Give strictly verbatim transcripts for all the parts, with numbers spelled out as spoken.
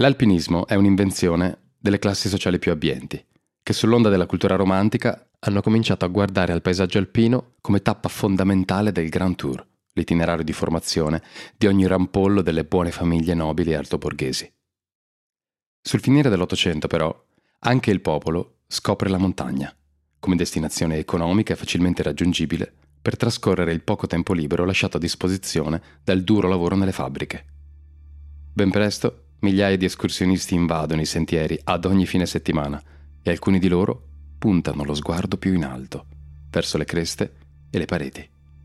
L'alpinismo è un'invenzione delle classi sociali più abbienti, che sull'onda della cultura romantica hanno cominciato a guardare al paesaggio alpino come tappa fondamentale del Grand Tour, l'itinerario di formazione di ogni rampollo delle buone famiglie nobili e altoborghesi. Sul finire dell'Ottocento, però, anche il popolo scopre la montagna, come destinazione economica e facilmente raggiungibile per trascorrere il poco tempo libero lasciato a disposizione dal duro lavoro nelle fabbriche. Ben presto, migliaia di escursionisti invadono i sentieri ad ogni fine settimana e alcuni di loro puntano lo sguardo più in alto, verso le creste e le pareti.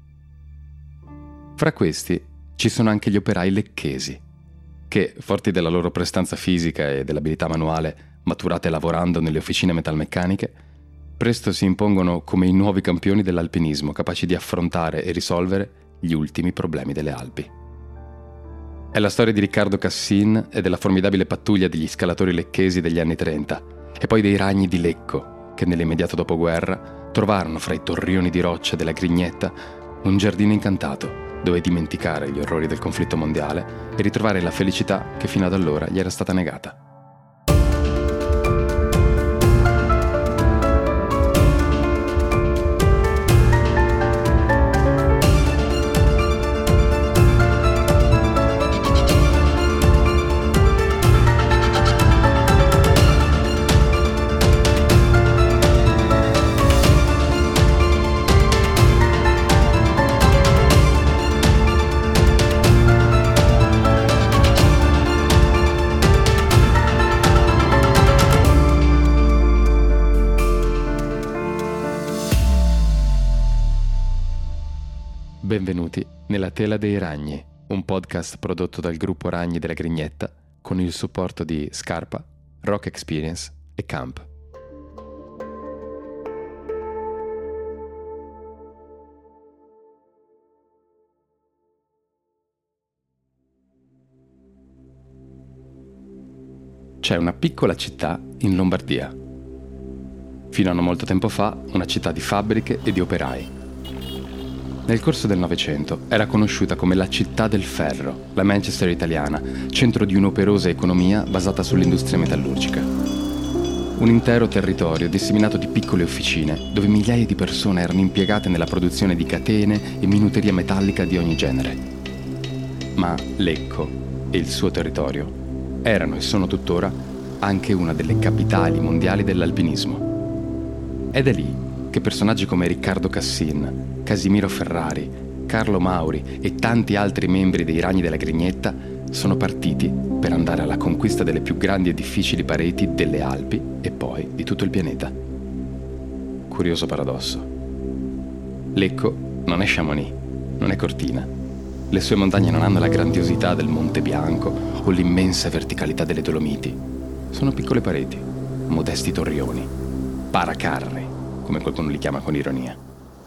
Fra questi ci sono anche gli operai lecchesi, che, forti della loro prestanza fisica e dell'abilità manuale maturate lavorando nelle officine metalmeccaniche, presto si impongono come i nuovi campioni dell'alpinismo, capaci di affrontare e risolvere gli ultimi problemi delle Alpi. È la storia di Riccardo Cassin e della formidabile pattuglia degli scalatori lecchesi degli anni trenta, e poi dei ragni di Lecco, che nell'immediato dopoguerra trovarono fra i torrioni di roccia della Grignetta un giardino incantato, dove dimenticare gli orrori del conflitto mondiale e ritrovare la felicità che fino ad allora gli era stata negata. Benvenuti nella Tela dei Ragni, un podcast prodotto dal gruppo Ragni della Grignetta con il supporto di Scarpa, Rock Experience e Camp. C'è una piccola città in Lombardia. Fino a non molto tempo fa, una città di fabbriche e di operai. Nel corso del Novecento era conosciuta come la città del ferro, la Manchester italiana, centro di un'operosa economia basata sull'industria metallurgica. Un intero territorio disseminato di piccole officine, dove migliaia di persone erano impiegate nella produzione di catene e minuteria metallica di ogni genere. Ma Lecco e il suo territorio erano e sono tuttora anche una delle capitali mondiali dell'alpinismo. Ed è lì che personaggi come Riccardo Cassin, Casimiro Ferrari, Carlo Mauri e tanti altri membri dei Ragni della Grignetta sono partiti per andare alla conquista delle più grandi e difficili pareti delle Alpi e poi di tutto il pianeta. Curioso paradosso. Lecco non è Chamonix, non è Cortina. Le sue montagne non hanno la grandiosità del Monte Bianco o l'immensa verticalità delle Dolomiti. Sono piccole pareti, modesti torrioni, paracarri, come qualcuno li chiama con ironia.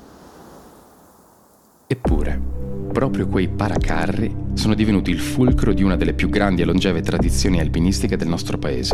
Eppure, proprio quei paracarri sono divenuti il fulcro di una delle più grandi e longeve tradizioni alpinistiche del nostro paese.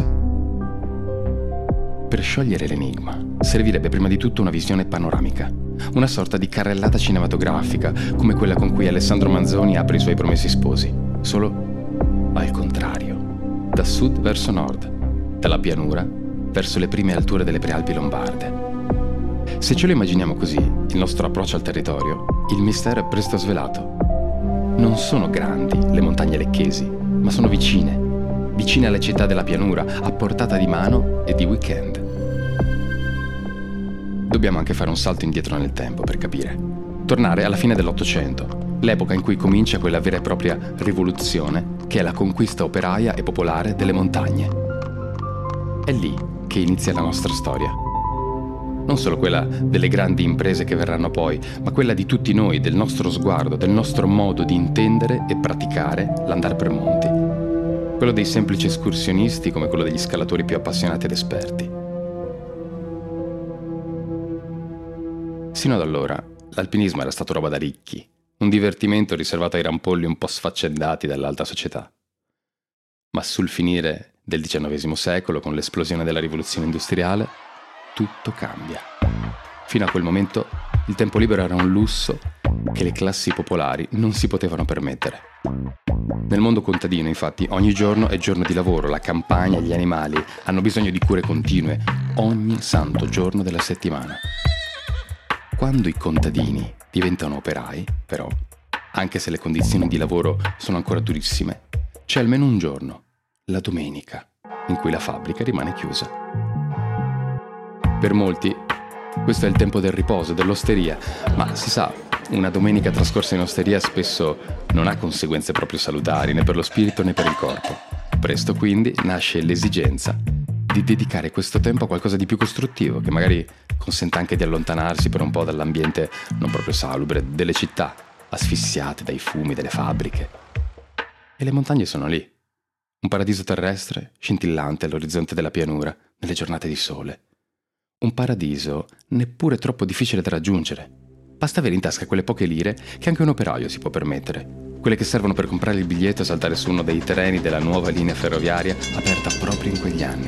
Per sciogliere l'enigma, servirebbe prima di tutto una visione panoramica, una sorta di carrellata cinematografica, come quella con cui Alessandro Manzoni apre i suoi Promessi Sposi, solo al contrario, da sud verso nord, dalla pianura verso le prime alture delle Prealpi lombarde. Se ce lo immaginiamo così, il nostro approccio al territorio, il mistero è presto svelato. Non sono grandi le montagne lecchesi, ma sono vicine, vicine alle città della pianura, a portata di mano e di weekend. Dobbiamo anche fare un salto indietro nel tempo per capire. Tornare alla fine dell'Ottocento, l'epoca in cui comincia quella vera e propria rivoluzione che è la conquista operaia e popolare delle montagne. È lì che inizia la nostra storia. Non solo quella delle grandi imprese che verranno poi, ma quella di tutti noi, del nostro sguardo, del nostro modo di intendere e praticare l'andare per monti. Quello dei semplici escursionisti come quello degli scalatori più appassionati ed esperti. Sino ad allora, l'alpinismo era stato roba da ricchi, un divertimento riservato ai rampolli un po' sfaccendati dall'alta società. Ma sul finire del diciannovesimo secolo, con l'esplosione della rivoluzione industriale, tutto cambia. Fino a quel momento il tempo libero era un lusso che le classi popolari non si potevano permettere. Nel mondo contadino, infatti, ogni giorno è giorno di lavoro, la campagna, gli animali hanno bisogno di cure continue, ogni santo giorno della settimana. Quando i contadini diventano operai, però, anche se le condizioni di lavoro sono ancora durissime, c'è almeno un giorno, la domenica, in cui la fabbrica rimane chiusa. Per molti, questo è il tempo del riposo, dell'osteria, ma si sa, una domenica trascorsa in osteria spesso non ha conseguenze proprio salutari, né per lo spirito né per il corpo. Presto quindi nasce l'esigenza di dedicare questo tempo a qualcosa di più costruttivo, che magari consenta anche di allontanarsi per un po' dall'ambiente non proprio salubre delle città, asfissiate dai fumi delle fabbriche. E le montagne sono lì, un paradiso terrestre scintillante all'orizzonte della pianura, nelle giornate di sole. Un paradiso neppure troppo difficile da raggiungere. Basta avere in tasca quelle poche lire che anche un operaio si può permettere, quelle che servono per comprare il biglietto e saltare su uno dei treni della nuova linea ferroviaria aperta proprio in quegli anni.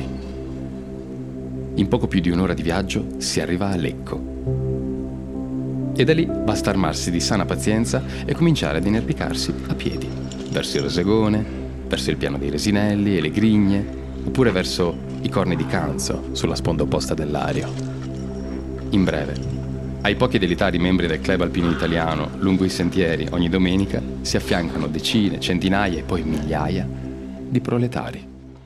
In poco più di un'ora di viaggio si arriva a Lecco. E da lì basta armarsi di sana pazienza e cominciare ad inerpicarsi a piedi, verso il Rosegone, verso il piano dei Resinelli e le Grigne, oppure verso i Corni di Canzo, sulla sponda opposta del Lario. In breve, ai pochi ed elitari membri del club alpino italiano, lungo i sentieri, ogni domenica, si affiancano decine, centinaia e poi migliaia di proletari.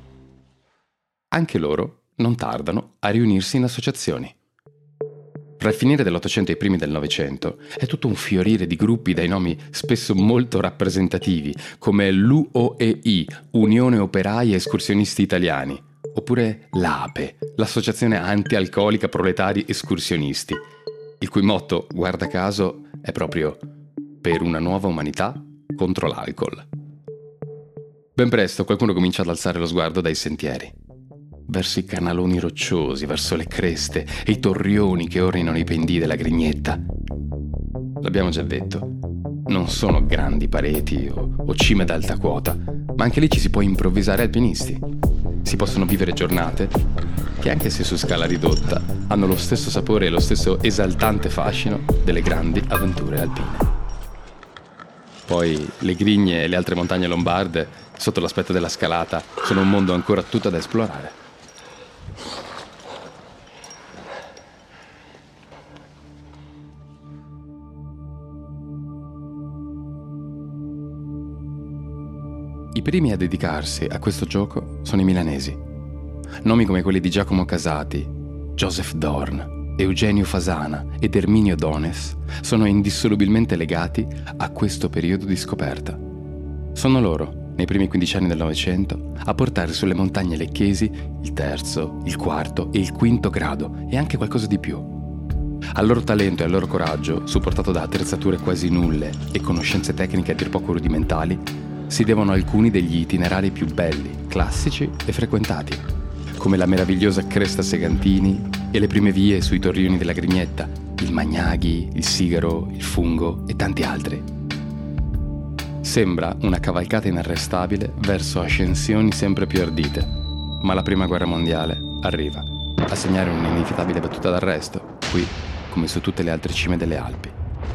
Anche loro non tardano a riunirsi in associazioni. Tra il finire dell'Ottocento e i primi del Novecento è tutto un fiorire di gruppi dai nomi spesso molto rappresentativi, come l'U O E I, Unione Operai Escursionisti Italiani, oppure l'A P E, l'Associazione Antialcolica Proletari Escursionisti, il cui motto, guarda caso, è proprio per una nuova umanità contro l'alcol. Ben presto qualcuno comincia ad alzare lo sguardo dai sentieri, verso i canaloni rocciosi, verso le creste e i torrioni che ordinano i pendii della Grignetta. L'abbiamo già detto, non sono grandi pareti o, o cime d'alta quota, ma anche lì ci si può improvvisare alpinisti. Si possono vivere giornate che, anche se su scala ridotta, hanno lo stesso sapore e lo stesso esaltante fascino delle grandi avventure alpine. Poi le Grigne e le altre montagne lombarde, sotto l'aspetto della scalata, sono un mondo ancora tutto da esplorare. I primi a dedicarsi a questo gioco sono i milanesi. Nomi come quelli di Giacomo Casati, Joseph Dorn, Eugenio Fasana ed Erminio Dones sono indissolubilmente legati a questo periodo di scoperta. Sono loro, nei primi quindici anni del Novecento, a portare sulle montagne lecchesi il terzo, il quarto e il quinto grado e anche qualcosa di più. Al loro talento e al loro coraggio, supportato da attrezzature quasi nulle e conoscenze tecniche a dir poco rudimentali, si devono alcuni degli itinerari più belli, classici e frequentati, come la meravigliosa Cresta Segantini e le prime vie sui torrioni della Grignetta, il Magnaghi, il Sigaro, il Fungo e tanti altri. Sembra una cavalcata inarrestabile verso ascensioni sempre più ardite, ma la Prima Guerra Mondiale arriva a segnare un'inevitabile battuta d'arresto, qui come su tutte le altre cime delle Alpi.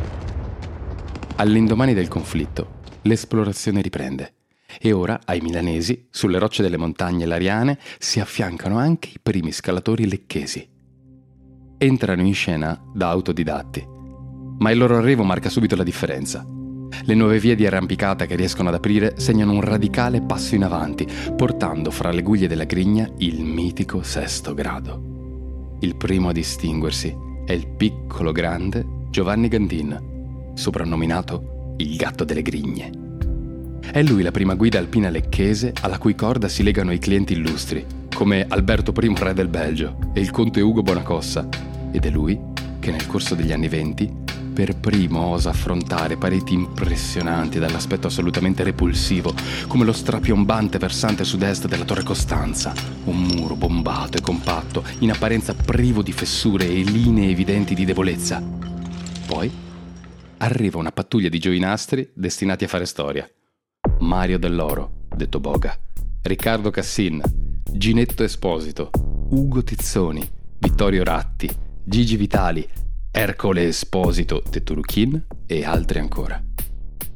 All'indomani del conflitto, l'esplorazione riprende e ora ai milanesi, sulle rocce delle montagne lariane, si affiancano anche i primi scalatori lecchesi. Entrano in scena da autodidatti, ma il loro arrivo marca subito la differenza. Le nuove vie di arrampicata che riescono ad aprire segnano un radicale passo in avanti, portando fra le guglie della Grigna il mitico sesto grado. Il primo a distinguersi è il piccolo grande Giovanni Gandin, soprannominato il gatto delle Grigne. È lui la prima guida alpina lecchese alla cui corda si legano i clienti illustri, come Alberto I, re del Belgio, e il conte Ugo Bonacossa, ed è lui che nel corso degli anni venti per primo osa affrontare pareti impressionanti dall'aspetto assolutamente repulsivo, come lo strapiombante versante sud-est della Torre Costanza, un muro bombato e compatto, in apparenza privo di fessure e linee evidenti di debolezza. Poi arriva una pattuglia di giovinastri destinati a fare storia. Mario Dell'Oro, detto Boga, Riccardo Cassin, Ginetto Esposito, Ugo Tizzoni, Vittorio Ratti, Gigi Vitali, Ercole Esposito, detto Luchin, e altri ancora.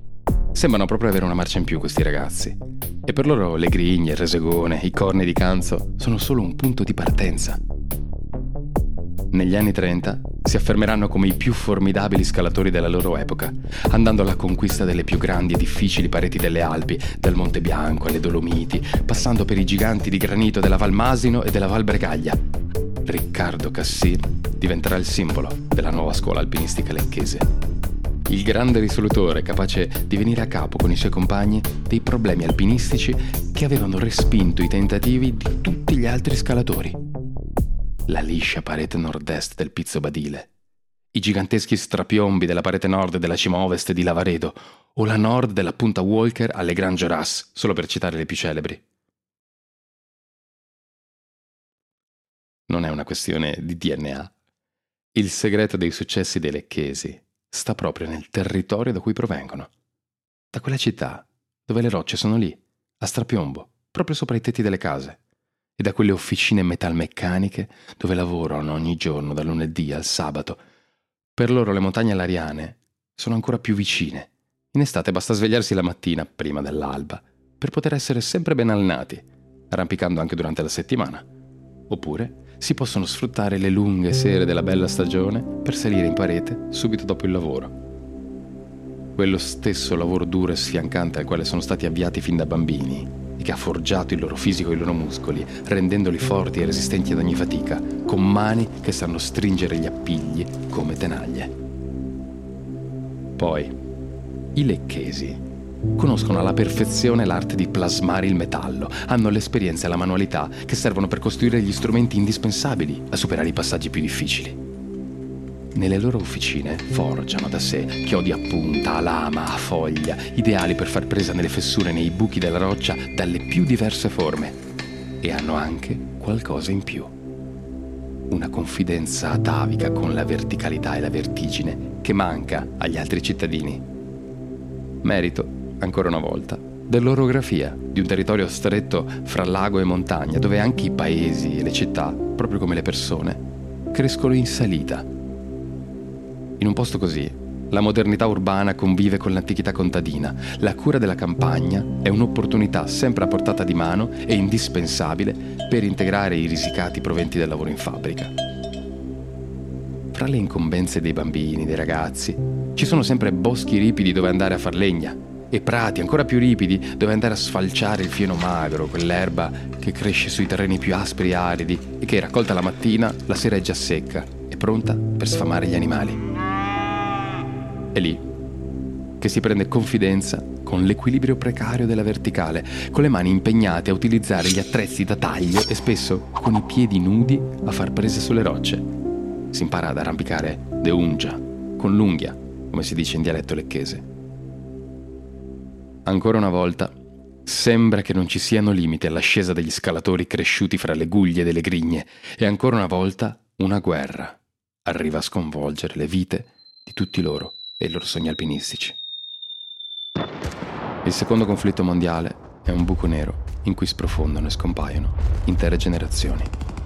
Sembrano proprio avere una marcia in più questi ragazzi. E per loro le grigne, il resegone, i corni di canzo sono solo un punto di partenza. Negli anni trenta si affermeranno come i più formidabili scalatori della loro epoca, andando alla conquista delle più grandi e difficili pareti delle Alpi, dal Monte Bianco alle Dolomiti, passando per i giganti di granito della Val Masino e della Val Bregaglia. Riccardo Cassin diventerà il simbolo della nuova scuola alpinistica lecchese. Il grande risolutore capace di venire a capo con i suoi compagni dei problemi alpinistici che avevano respinto i tentativi di tutti gli altri scalatori. La liscia parete nord-est del Pizzo Badile, i giganteschi strapiombi della parete nord della cima ovest di Lavaredo o la nord della punta Walker alle Grand Jorasses, solo per citare le più celebri. Non è una questione di D N A. Il segreto dei successi dei lecchesi sta proprio nel territorio da cui provengono. Da quella città dove le rocce sono lì, a strapiombo, proprio sopra i tetti delle case. E da quelle officine metalmeccaniche dove lavorano ogni giorno dal lunedì al sabato. Per loro le montagne alariane sono ancora più vicine. In estate basta svegliarsi la mattina, prima dell'alba, per poter essere sempre ben allenati, arrampicando anche durante la settimana. Oppure si possono sfruttare le lunghe sere della bella stagione per salire in parete subito dopo il lavoro. Quello stesso lavoro duro e sfiancante al quale sono stati avviati fin da bambini, e che ha forgiato il loro fisico e i loro muscoli, rendendoli forti e resistenti ad ogni fatica, con mani che sanno stringere gli appigli come tenaglie. Poi, i lecchesi conoscono alla perfezione l'arte di plasmare il metallo, hanno l'esperienza e la manualità che servono per costruire gli strumenti indispensabili a superare i passaggi più difficili. Nelle loro officine forgiano da sé chiodi a punta, a lama, a foglia, ideali per far presa nelle fessure e nei buchi della roccia dalle più diverse forme. E hanno anche qualcosa in più. Una confidenza atavica con la verticalità e la vertigine che manca agli altri cittadini. Merito, ancora una volta, dell'orografia di un territorio stretto fra lago e montagna, dove anche i paesi e le città, proprio come le persone, crescono in salita. In un posto così, la modernità urbana convive con l'antichità contadina. La cura della campagna è un'opportunità sempre a portata di mano e indispensabile per integrare i risicati proventi del lavoro in fabbrica. Fra le incombenze dei bambini, dei ragazzi, ci sono sempre boschi ripidi dove andare a far legna e prati ancora più ripidi dove andare a sfalciare il fieno magro, quell'erba che cresce sui terreni più aspri e aridi e che, raccolta la mattina, la sera è già secca e pronta per sfamare gli animali. È lì che si prende confidenza con l'equilibrio precario della verticale, con le mani impegnate a utilizzare gli attrezzi da taglio e spesso con i piedi nudi a far prese sulle rocce. Si impara ad arrampicare de ungia, con l'unghia, come si dice in dialetto lecchese. Ancora una volta, sembra che non ci siano limiti all'ascesa degli scalatori cresciuti fra le guglie delle grigne, e ancora una volta una guerra arriva a sconvolgere le vite di tutti loro e i loro sogni alpinistici. Il secondo conflitto mondiale è un buco nero in cui sprofondano e scompaiono intere generazioni.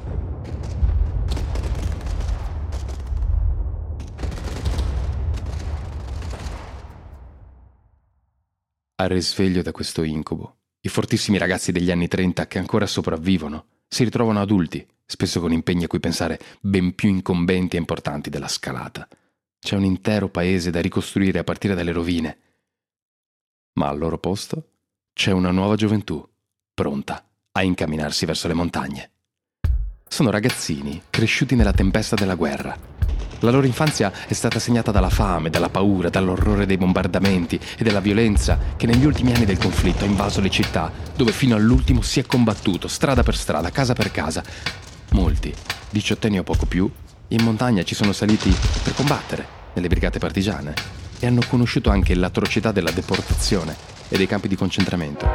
Al risveglio da questo incubo, i fortissimi ragazzi degli anni trenta che ancora sopravvivono si ritrovano adulti, spesso con impegni a cui pensare ben più incombenti e importanti della scalata. C'è un intero paese da ricostruire a partire dalle rovine. Ma al loro posto c'è una nuova gioventù, pronta a incamminarsi verso le montagne. Sono ragazzini cresciuti nella tempesta della guerra. La loro infanzia è stata segnata dalla fame, dalla paura, dall'orrore dei bombardamenti e della violenza che negli ultimi anni del conflitto ha invaso le città, dove fino all'ultimo si è combattuto, strada per strada, casa per casa. Molti, diciottenni o poco più, in montagna ci sono saliti per combattere nelle brigate partigiane e hanno conosciuto anche l'atrocità della deportazione e dei campi di concentramento.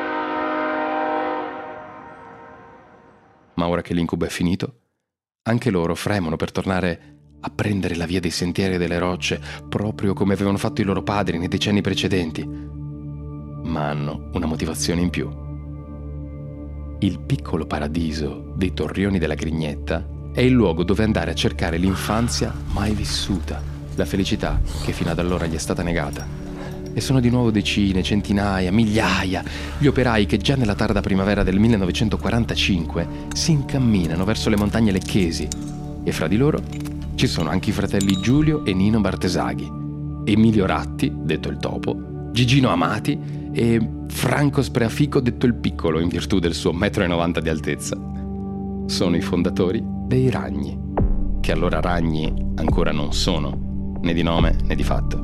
Ma ora che l'incubo è finito, anche loro fremono per tornare a prendere la via dei sentieri e delle rocce, proprio come avevano fatto i loro padri nei decenni precedenti. Ma hanno una motivazione in più. Il piccolo paradiso dei Torrioni della Grignetta è il luogo dove andare a cercare l'infanzia mai vissuta, la felicità che fino ad allora gli è stata negata. E sono di nuovo decine, centinaia, migliaia gli operai che già nella tarda primavera del millenovecentoquarantacinque si incamminano verso le montagne lecchesi. E fra di loro ci sono anche i fratelli Giulio e Nino Bartesaghi, Emilio Ratti, detto il Topo, Gigino Amati e Franco Spreafico, detto il Piccolo, in virtù del suo metro e novanta di altezza. Sono i fondatori dei Ragni, che allora Ragni ancora non sono, né di nome né di fatto.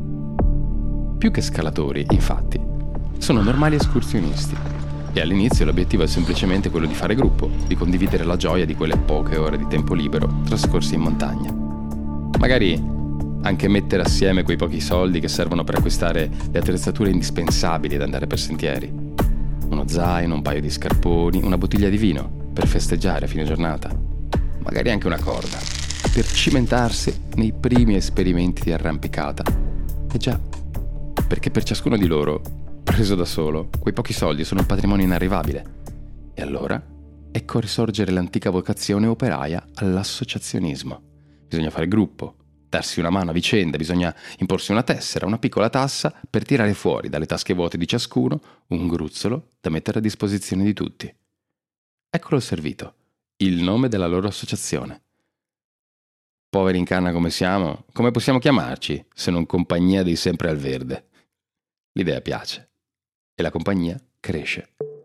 Più che scalatori, infatti, sono normali escursionisti e all'inizio l'obiettivo è semplicemente quello di fare gruppo, di condividere la gioia di quelle poche ore di tempo libero trascorse in montagna. Magari anche mettere assieme quei pochi soldi che servono per acquistare le attrezzature indispensabili ad andare per sentieri. Uno zaino, un paio di scarponi, una bottiglia di vino per festeggiare a fine giornata. Magari anche una corda, per cimentarsi nei primi esperimenti di arrampicata. E già, perché per ciascuno di loro, preso da solo, quei pochi soldi sono un patrimonio inarrivabile. E allora ecco risorgere l'antica vocazione operaia all'associazionismo. Bisogna fare gruppo, darsi una mano a vicenda, bisogna imporsi una tessera, una piccola tassa per tirare fuori dalle tasche vuote di ciascuno un gruzzolo da mettere a disposizione di tutti. Eccolo servito, il nome della loro associazione. Poveri in canna come siamo, come possiamo chiamarci se non Compagnia dei Sempre al Verde? L'idea piace e la compagnia cresce.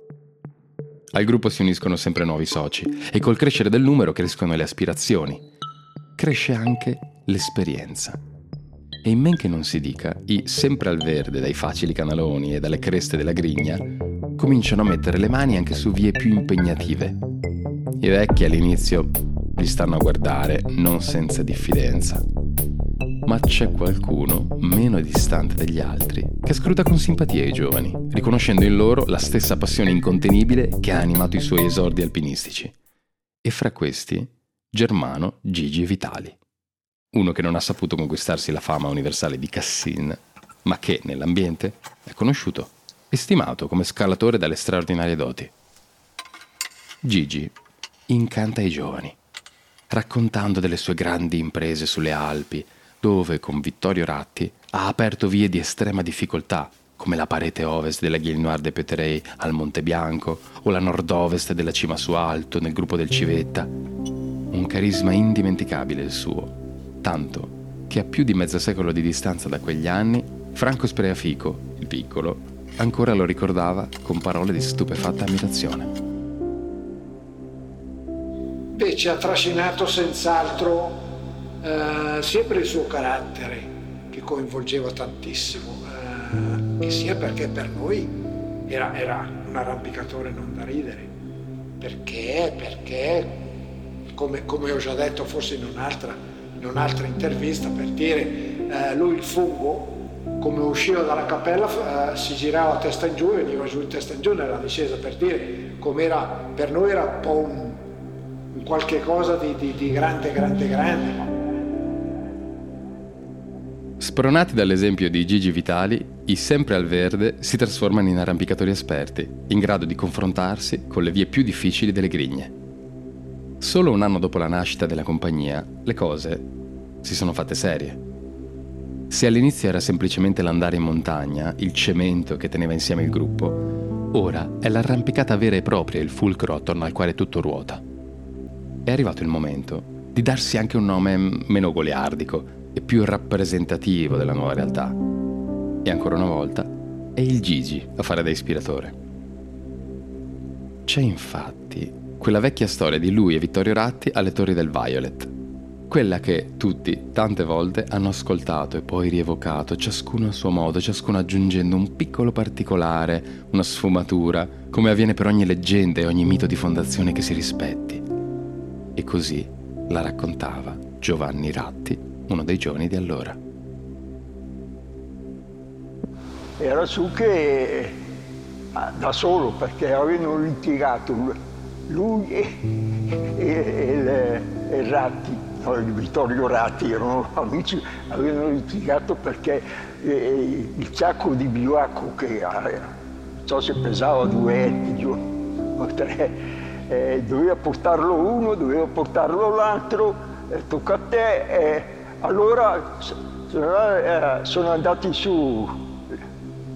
Al gruppo si uniscono sempre nuovi soci e col crescere del numero crescono le aspirazioni. Cresce anche l'esperienza. E in men che non si dica, i Sempre al Verde dai facili canaloni e dalle creste della griglia cominciano a mettere le mani anche su vie più impegnative. I vecchi all'inizio li stanno a guardare non senza diffidenza. Ma c'è qualcuno, meno distante degli altri, che scruta con simpatia i giovani, riconoscendo in loro la stessa passione incontenibile che ha animato i suoi esordi alpinistici. E fra questi, Germano Gigi Vitali. Uno che non ha saputo conquistarsi la fama universale di Cassin, ma che, nell'ambiente, è conosciuto e stimato come scalatore dalle straordinarie doti. Gigi incanta i giovani, raccontando delle sue grandi imprese sulle Alpi, dove con Vittorio Ratti ha aperto vie di estrema difficoltà, come la parete ovest della Guilnoire de Peterey al Monte Bianco o la nord-ovest della Cima su Alto nel gruppo del Civetta. Un carisma indimenticabile il suo, tanto che a più di mezzo secolo di distanza da quegli anni, Franco Spreafico, il Piccolo, ancora lo ricordava con parole di stupefatta ammirazione. Beh, ci ha trascinato senz'altro eh, sia per il suo carattere, che coinvolgeva tantissimo, eh, che sia perché per noi era, era un arrampicatore non da ridere, perché, perché come, come ho già detto forse in un'altra, in un'altra intervista, per dire, eh, lui il fungo, come usciva dalla cappella eh, si girava a testa in giù e veniva giù in testa in giù nella discesa, per dire com'era, per noi era un po' un, un qualche cosa di, di, di grande, grande, grande. Spronati dall'esempio di Gigi Vitali, i Sempre al Verde si trasformano in arrampicatori esperti, in grado di confrontarsi con le vie più difficili delle grigne. Solo un anno dopo la nascita della compagnia, le cose si sono fatte serie. Se all'inizio era semplicemente l'andare in montagna, il cemento che teneva insieme il gruppo, ora è l'arrampicata vera e propria il fulcro attorno al quale tutto ruota. È arrivato il momento di darsi anche un nome meno goliardico e più rappresentativo della nuova realtà. E ancora una volta è il Gigi a fare da ispiratore. C'è infatti quella vecchia storia di lui e Vittorio Ratti alle Torri del Violet, quella che tutti tante volte hanno ascoltato e poi rievocato, ciascuno a suo modo, ciascuno aggiungendo un piccolo particolare, una sfumatura, come avviene per ogni leggenda e ogni mito di fondazione che si rispetti. E così la raccontava Giovanni Ratti, uno dei giovani di allora. Era su che da solo, perché avevano litigato lui e, e, e, e Ratti, no, Vittorio Ratti, erano amici, avevano litigato perché eh, il sacco di bivacco che non so se pesava due etti o tre, eh, doveva portarlo uno, doveva portarlo l'altro, eh, tocca a te. Eh, allora sono, eh, sono andati su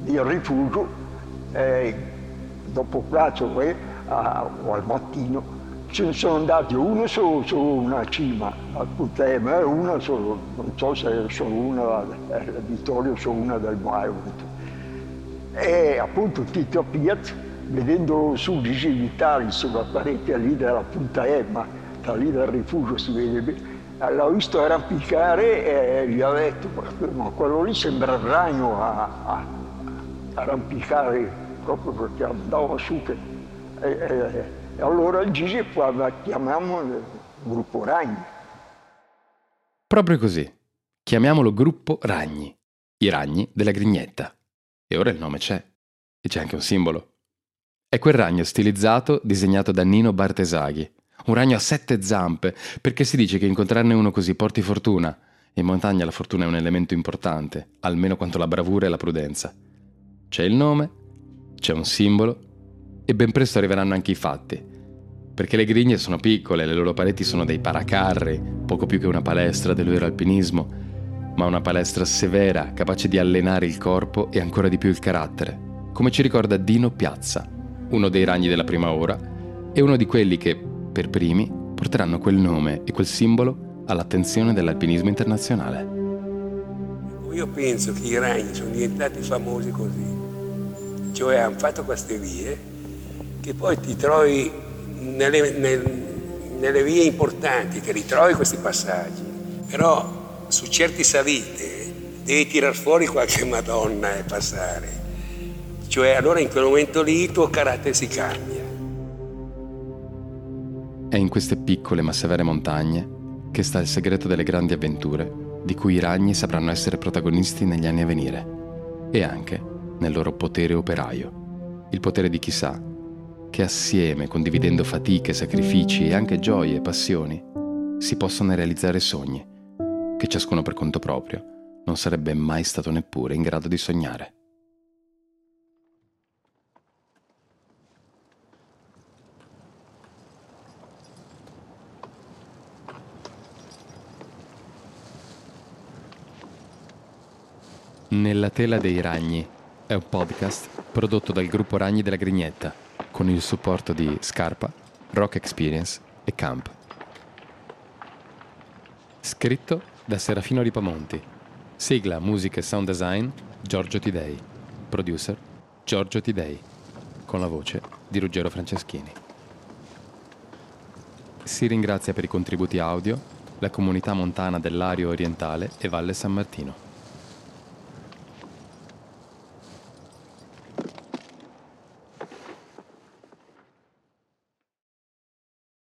il rifugio, eh, dopo pranzo eh, a, o al mattino, ce ne sono andati uno solo su una cima al Putema e una solo, non so se sono una del Vittorio o sono una del Maio. E appunto Tito Piaz, vedendo su i militari sulla parete lì della Punta Emma, da lì dal rifugio si vede, l'ha visto arrampicare e gli ha detto, ma quello lì sembra il ragno a, a, a arrampicare, proprio perché andava su. Che, e, e, e allora il Gigi poi chiamiamo il gruppo Ragni. Proprio così, chiamiamolo gruppo Ragni, i ragni della Grignetta. E ora il nome c'è, e c'è anche un simbolo. È quel ragno stilizzato disegnato da Nino Bartesaghi, un ragno a sette zampe, perché si dice che incontrarne uno così porti fortuna. In montagna la fortuna è un elemento importante, almeno quanto la bravura e la prudenza. C'è il nome, c'è un simbolo, e ben presto arriveranno anche i fatti. Perché le grigne sono piccole, le loro pareti sono dei paracarri, poco più che una palestra del vero alpinismo, ma una palestra severa, capace di allenare il corpo e ancora di più il carattere, come ci ricorda Dino Piazza, uno dei ragni della prima ora e uno di quelli che, per primi, porteranno quel nome e quel simbolo all'attenzione dell'alpinismo internazionale. Io penso che i ragni sono diventati famosi così, cioè hanno fatto queste vie che poi ti trovi nelle, nel, nelle vie importanti, che ritrovi questi passaggi, però su certe salite devi tirar fuori qualche Madonna e passare, cioè allora in quel momento lì il tuo carattere si cambia. È in queste piccole ma severe montagne che sta il segreto delle grandi avventure di cui i ragni sapranno essere protagonisti negli anni a venire, e anche nel loro potere operaio, il potere di chi sa che assieme, condividendo fatiche, sacrifici e anche gioie e passioni, si possono realizzare sogni che ciascuno per conto proprio non sarebbe mai stato neppure in grado di sognare. Nella tela dei ragni è un podcast prodotto dal gruppo Ragni della Grignetta con il supporto di Scarpa, Rock Experience e Camp. Scritto da Serafino Ripamonti. Sigla, musica e sound design Giorgio Tidei. Producer Giorgio Tidei. Con la voce di Ruggero Franceschini. Si ringrazia per i contributi audio la comunità montana dell'Ario Orientale e Valle San Martino.